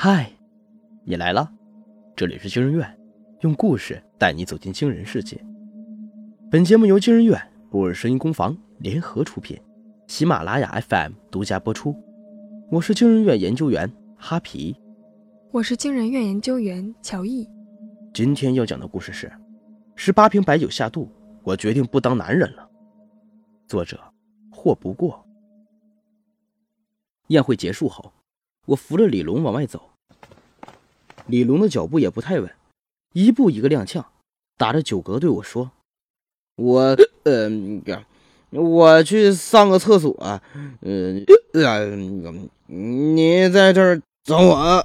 嗨，你来了，这里是惊人院，用故事带你走进惊人世界。本节目由惊人院、博尔声音工坊联合出品，喜马拉雅 FM 独家播出。我是惊人院研究员哈皮， 我是惊人院研究员乔毅。 今天要讲的故事是18瓶白酒下肚，我决定不当男人了。作者霍不过。宴会结束后，我扶着李龙往外走。李龙的脚步也不太稳，一步一个踉跄，打着酒嗝对我说：我去上个厕所，你在这儿等我。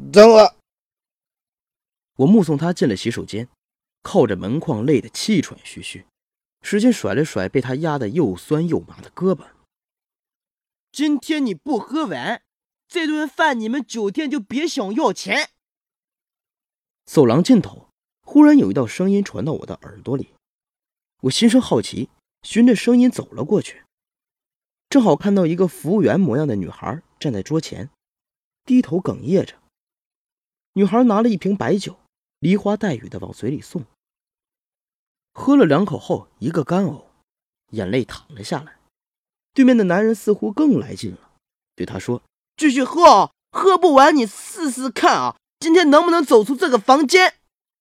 我目送他进了洗手间，靠着门框累得气喘吁吁，使劲甩了甩被他压得又酸又麻的胳膊。今天你不喝完，这顿饭你们酒店就别想要钱。走廊尽头，忽然有一道声音传到我的耳朵里，我心生好奇，循着声音走了过去，正好看到一个服务员模样的女孩站在桌前，低头哽咽着。女孩拿了一瓶白酒，梨花带雨的往嘴里送，喝了2口后一个干呕，眼泪淌了下来。对面的男人似乎更来劲了，对他说：继续喝啊，喝不完你试试看啊，今天能不能走出这个房间。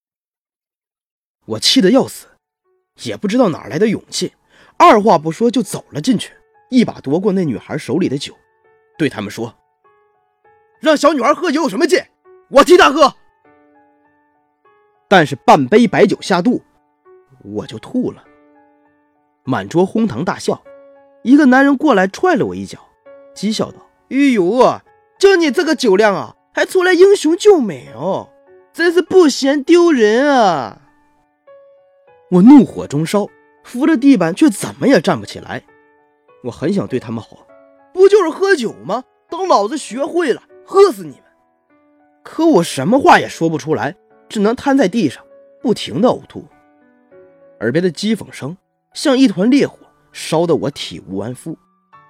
我气得要死，也不知道哪来的勇气，二话不说就走了进去，一把夺过那女孩手里的酒，对他们说：让小女孩喝酒有什么劲，我替她喝。但是半杯白酒下肚，我就吐了。满桌哄堂大笑，一个男人过来踹了我一脚，讥笑道：哎呦，就你这个酒量啊，还出来英雄救美哦，真是不嫌丢人啊。我怒火中烧，扶着地板却怎么也站不起来。我很想对他们吼：不就是喝酒吗？等老子学会了，喝死你们。可我什么话也说不出来，只能瘫在地上不停地呕吐。耳边的讥讽声像一团烈火，烧得我体无完肤。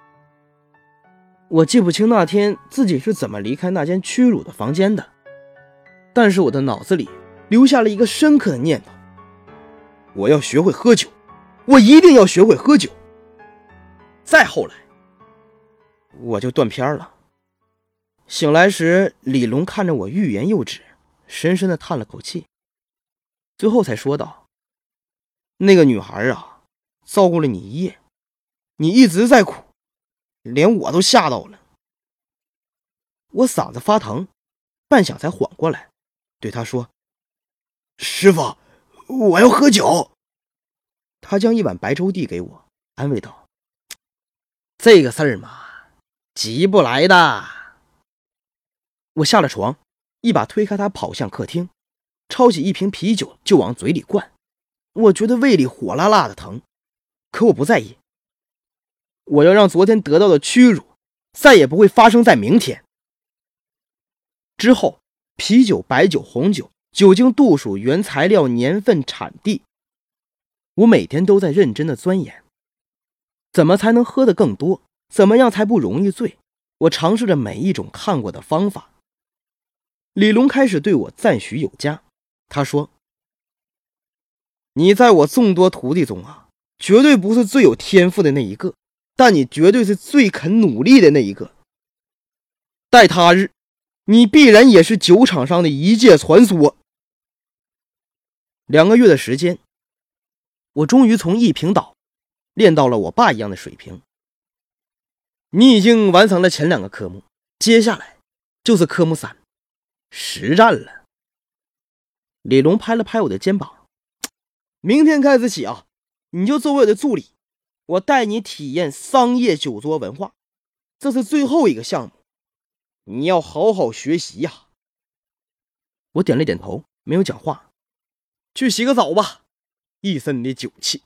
我记不清那天自己是怎么离开那间屈辱的房间的，但是我的脑子里留下了一个深刻的念头：我要学会喝酒，我一定要学会喝酒。再后来我就断片了。醒来时，李龙看着我欲言又止，深深地叹了口气，最后才说道：那个女孩啊，照顾了你一夜，你一直在哭，连我都吓到了。我嗓子发疼，半晌才缓过来，对他说：师傅，我要喝酒。他将一碗白粥递给我，安慰道：这个事儿嘛，急不来的。我下了床，一把推开他，跑向客厅，抄起一瓶啤酒就往嘴里灌。我觉得胃里火辣辣的疼，可我不在意。我要让昨天得到的屈辱再也不会发生在明天。之后，啤酒、白酒、红酒酒精度数、原材料、年份、产地，我每天都在认真的钻研，怎么才能喝得更多，怎么样才不容易醉。我尝试着每一种看过的方法。李龙开始对我赞许有加，他说：你在我众多徒弟中啊，绝对不是最有天赋的那一个，但你绝对是最肯努力的那一个。待他日，你必然也是酒场上的一介传说。2个月的时间，我终于从一瓶倒练到了我爸一样的水平。你已经完成了前2个科目，接下来就是科目3，实战了。李龙拍了拍我的肩膀：明天开始起啊，你就做我的助理，我带你体验商业酒桌文化，这是最后一个项目，你要好好学习呀。我点了点头，没有讲话。去洗个澡吧，一身的酒气。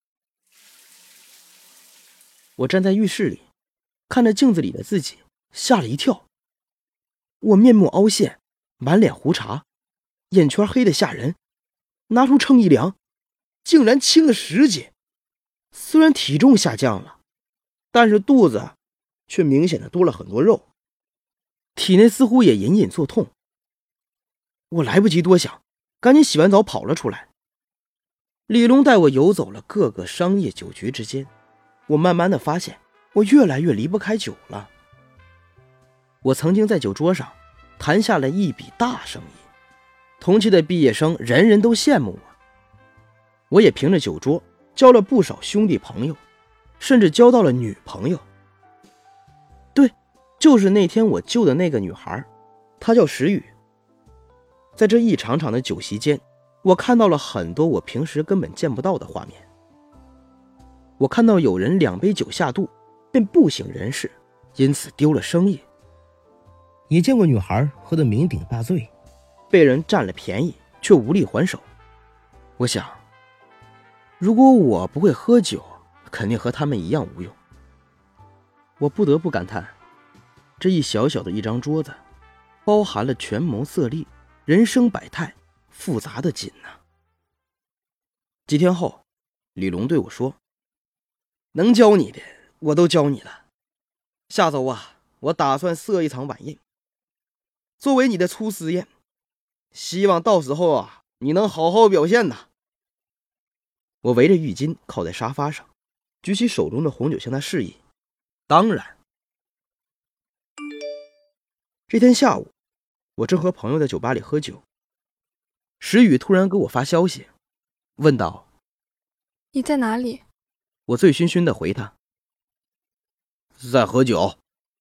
我站在浴室里，看着镜子里的自己，吓了一跳。我面目凹陷，满脸胡茬，眼圈黑得吓人，拿出秤一量，竟然轻了10斤。虽然体重下降了，但是肚子却明显的多了很多肉。 体内似乎也隐隐作痛。我来不及多想，赶紧洗完澡跑了出来。李龙带我游走了各个商业酒局之间，我慢慢的发现我越来越离不开酒了。我曾经在酒桌上谈下了一笔大生意，同期的毕业生人人都羡慕我。我也凭着酒桌交了不少兄弟朋友，甚至交到了女朋友。对，就是那天我救的那个女孩，她叫石宇。在这一场场的酒席间，我看到了很多我平时根本见不到的画面。我看到有人2杯酒下肚便不省人事，因此丢了生意。也见过女孩喝得酩酊大醉，被人占了便宜却无力还手。我想，如果我不会喝酒，肯定和他们一样无用。我不得不感叹，这一小小的一张桌子，包含了权谋色利、人生百态，复杂的紧啊。几天后，李龙对我说：“能教你的我都教你了，下周啊，我打算设一场晚宴，作为你的初试验，希望到时候啊，你能好好表现呐。”我围着浴巾靠在沙发上，举起手中的红酒向他示意。当然。这天下午，我正和朋友在酒吧里喝酒，石宇突然给我发消息，问道：“ 你在哪里？” 我醉醺醺地回他：“在喝酒。”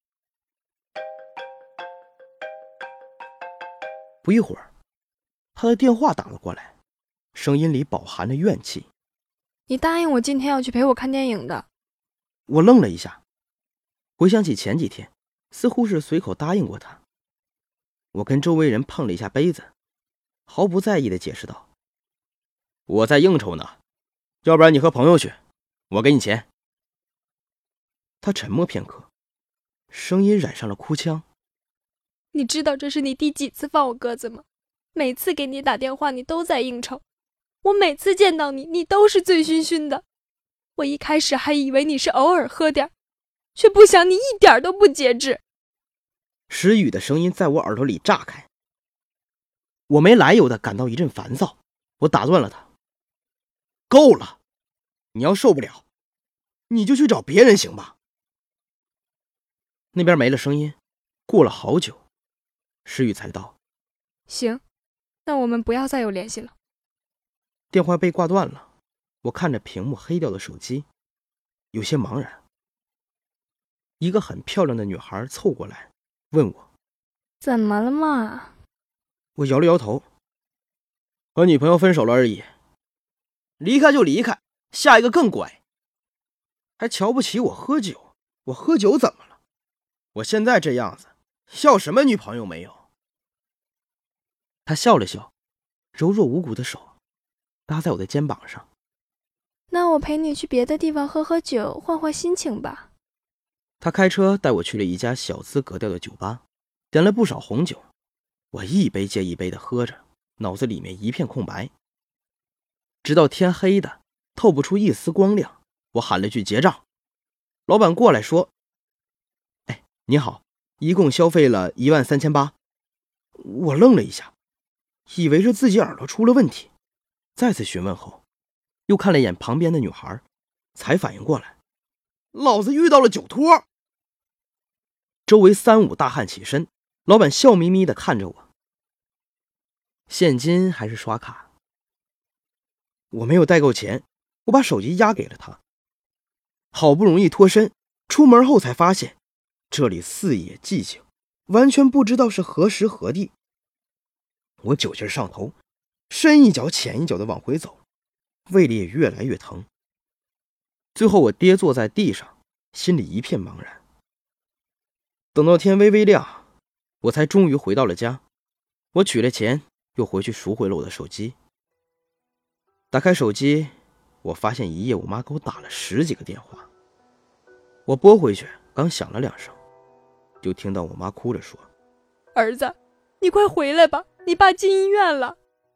不一会儿，他的电话打了过来，声音里饱含着怨气：“ 你答应我今天要去陪我看电影的。” 我愣了一下，回想起前几天似乎是随口答应过他。我跟周围人碰了一下杯子，毫不在意地解释道：“我在应酬呢，要不然你和朋友去，我给你钱。”他沉默片刻，声音染上了哭腔：“ 你知道这是你第几次放我鸽子吗？每次给你打电话你都在应酬，我每次见到你，你都是醉醺醺的。我一开始还以为你是偶尔喝点，却不想你一点都不节制。” 石宇的声音在我耳朵里炸开，我没来由的感到一阵烦躁，我打断了他：“够了，你要受不了，你就去找别人行吧。”那边没了声音，过了好久，石宇才道：“ 行，那我们不要再有联系了。” 电话被挂断了，我看着屏幕黑掉的手机，有些茫然。一个很漂亮的女孩凑过来问我：“ 怎么了嘛？” 我摇了摇头：“和女朋友分手了而已。离开就离开，下一个更乖。还瞧不起我喝酒，我喝酒怎么了？我现在这样子，要什么女朋友没有？”他笑了笑，柔弱无骨的手搭在我的肩膀上：“ 那我陪你去别的地方喝喝酒，换换心情吧。” 他开车带我去了一家小资格调的酒吧，点了不少红酒，我一杯接一杯的喝着，脑子里面一片空白。直到天黑的透不出一丝光亮，我喊了句结账，老板过来说：“哎，你好，一共消费了13800。”我愣了一下，以为是自己耳朵出了问题，再次询问后，又看了一眼旁边的女孩，才反应过来，老子遇到了酒托。周围3、5大汉起身，老板笑眯眯地看着我：“现金还是刷卡？”我没有带够钱，我把手机押给了他。好不容易脱身，出门后才发现这里四野寂静，完全不知道是何时何地。我酒劲上头，深一脚浅一脚的往回走，胃里也越来越疼。最后我跌坐在地上，心里一片茫然。等到天微微亮，我才终于回到了家。我取了钱，又回去赎回了我的手机。打开手机，我发现一夜我妈给我打了10几个电话。我拨回去，刚响了2声，就听到我妈哭着说：“ 儿子，你快回来吧，你爸进医院了。”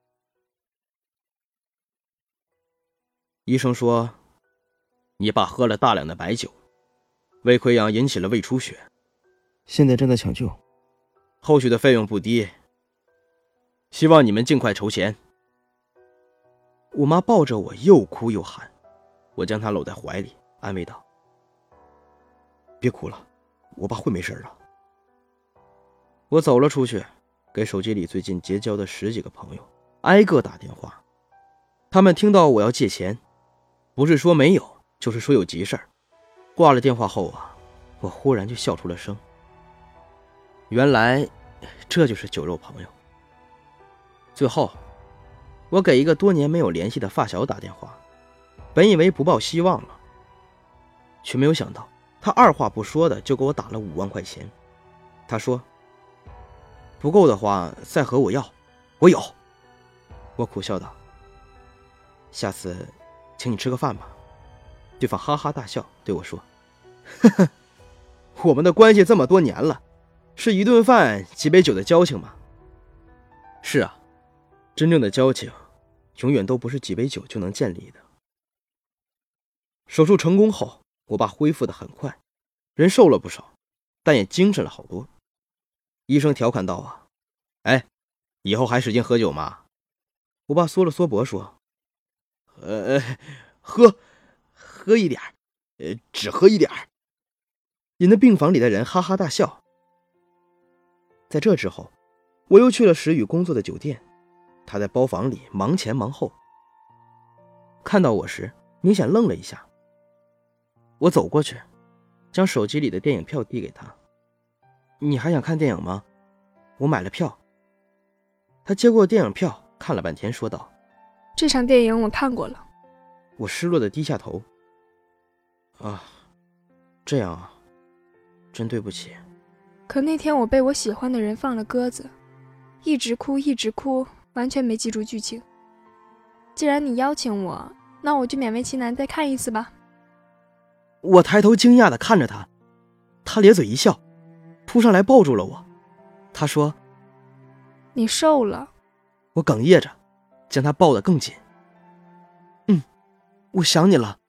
医生说，你爸喝了大量的白酒，胃溃疡引起了胃出血，现在正在抢救， 后续的费用不低，希望你们尽快筹钱。我妈抱着我又哭又喊，我将她搂在怀里，安慰道：别哭了，我爸会没事的。我走了出去，给手机里最近结交的10几个朋友挨个打电话。他们听到我要借钱，不是说没有，就是说有急事儿。挂了电话后啊，我忽然就笑出了声。原来这就是酒肉朋友。最后我给一个多年没有联系的发小打电话，本以为不抱希望了，却没有想到他二话不说的就给我打了5万块钱。他说不够的话再和我要，我有。我苦笑道：下次请你吃个饭吧。对方哈哈大笑对我说：呵呵，我们的关系这么多年了，是一顿饭几杯酒的交情吗？是啊，真正的交情永远都不是几杯酒就能建立的。手术成功后，我爸恢复得很快，人瘦了不少，但也精神了好多。医生调侃道啊：哎，以后还使劲喝酒吗？我爸缩了缩脖说：喝一点，只喝一点。引得病房里的人哈哈大笑。在这之后，我又去了石宇工作的酒店，他在包房里忙前忙后。看到我时，明显愣了一下。我走过去，将手机里的电影票递给他：你还想看电影吗？我买了票。他接过电影票，看了半天说道： 这场电影我看过了。 我失落地低下头。啊，这样啊，真对不起。 可那天我被我喜欢的人放了鸽子，一直哭一直哭，完全没记住剧情。既然你邀请我，那我就勉为其难再看一次吧。 我抬头惊讶地看着他，他咧嘴一笑，扑上来抱住了我。他说： 你瘦了。 我哽咽着，将他抱得更紧。我想你了。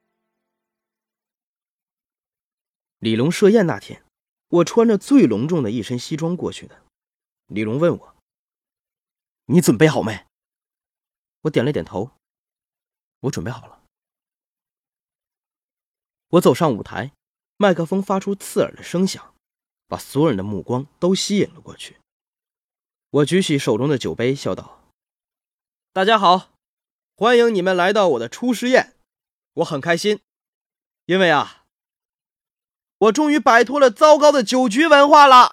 李龙设宴那天，我穿着最隆重的一身西装过去的。李龙问我：你准备好没？我点了点头，我准备好了。我走上舞台，麦克风发出刺耳的声响，把所有人的目光都吸引了过去。我举起手中的酒杯，笑道：大家好，欢迎你们来到我的初试宴。我很开心，因为啊，我终于摆脱了糟糕的酒局文化了。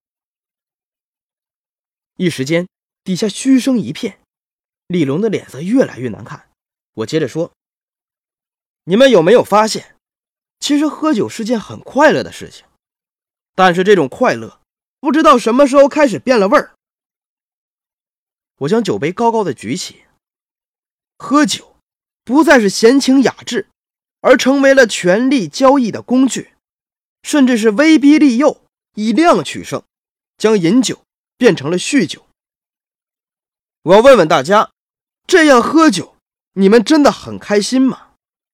一时间，底下嘘声一片，李龙的脸色越来越难看。我接着说：你们有没有发现，其实喝酒是件很快乐的事情，但是这种快乐不知道什么时候开始变了味儿。我将酒杯高高的举起，喝酒不再是闲情雅致，而成为了权力交易的工具，甚至是威逼利诱，以量取胜，将饮酒变成了酗酒。我要问问大家，这样喝酒，你们真的很开心吗？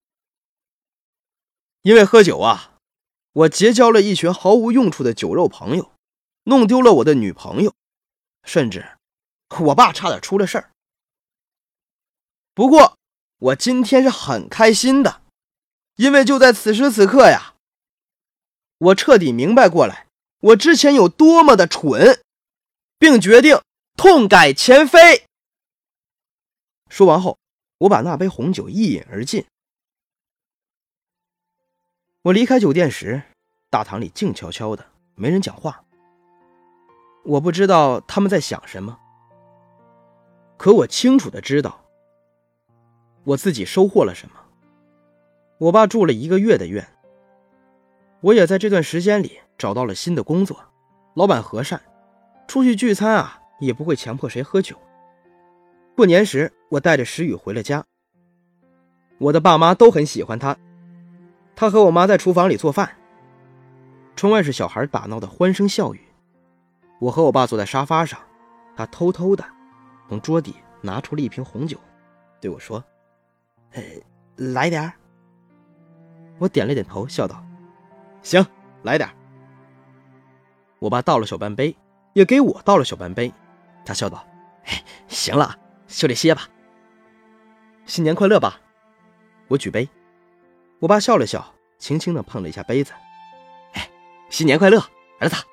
因为喝酒啊，我结交了一群毫无用处的酒肉朋友，弄丢了我的女朋友，甚至我爸差点出了事儿。不过我今天是很开心的，因为就在此时此刻呀，我彻底明白过来，我之前有多么的蠢，并决定痛改前非。说完后，我把那杯红酒一饮而尽。我离开酒店时，大堂里静悄悄的，没人讲话。我不知道他们在想什么，可我清楚的知道我自己收获了什么。我爸住了1个月的院，我也在这段时间里找到了新的工作，老板和善，出去聚餐啊也不会强迫谁喝酒。过年时我带着石宇回了家，我的爸妈都很喜欢他，他和我妈在厨房里做饭，窗外是小孩打闹的欢声笑语。我和我爸坐在沙发上，他偷偷的从桌底拿出了一瓶红酒，对我说：来点儿。我点了点头，笑道：行，来点儿。我爸倒了小半杯， 也给我倒了小半杯。他笑道：“行了，就这些吧。新年快乐吧。”我举杯。我爸笑了笑，轻轻地碰了一下杯子。“新年快乐，儿子。”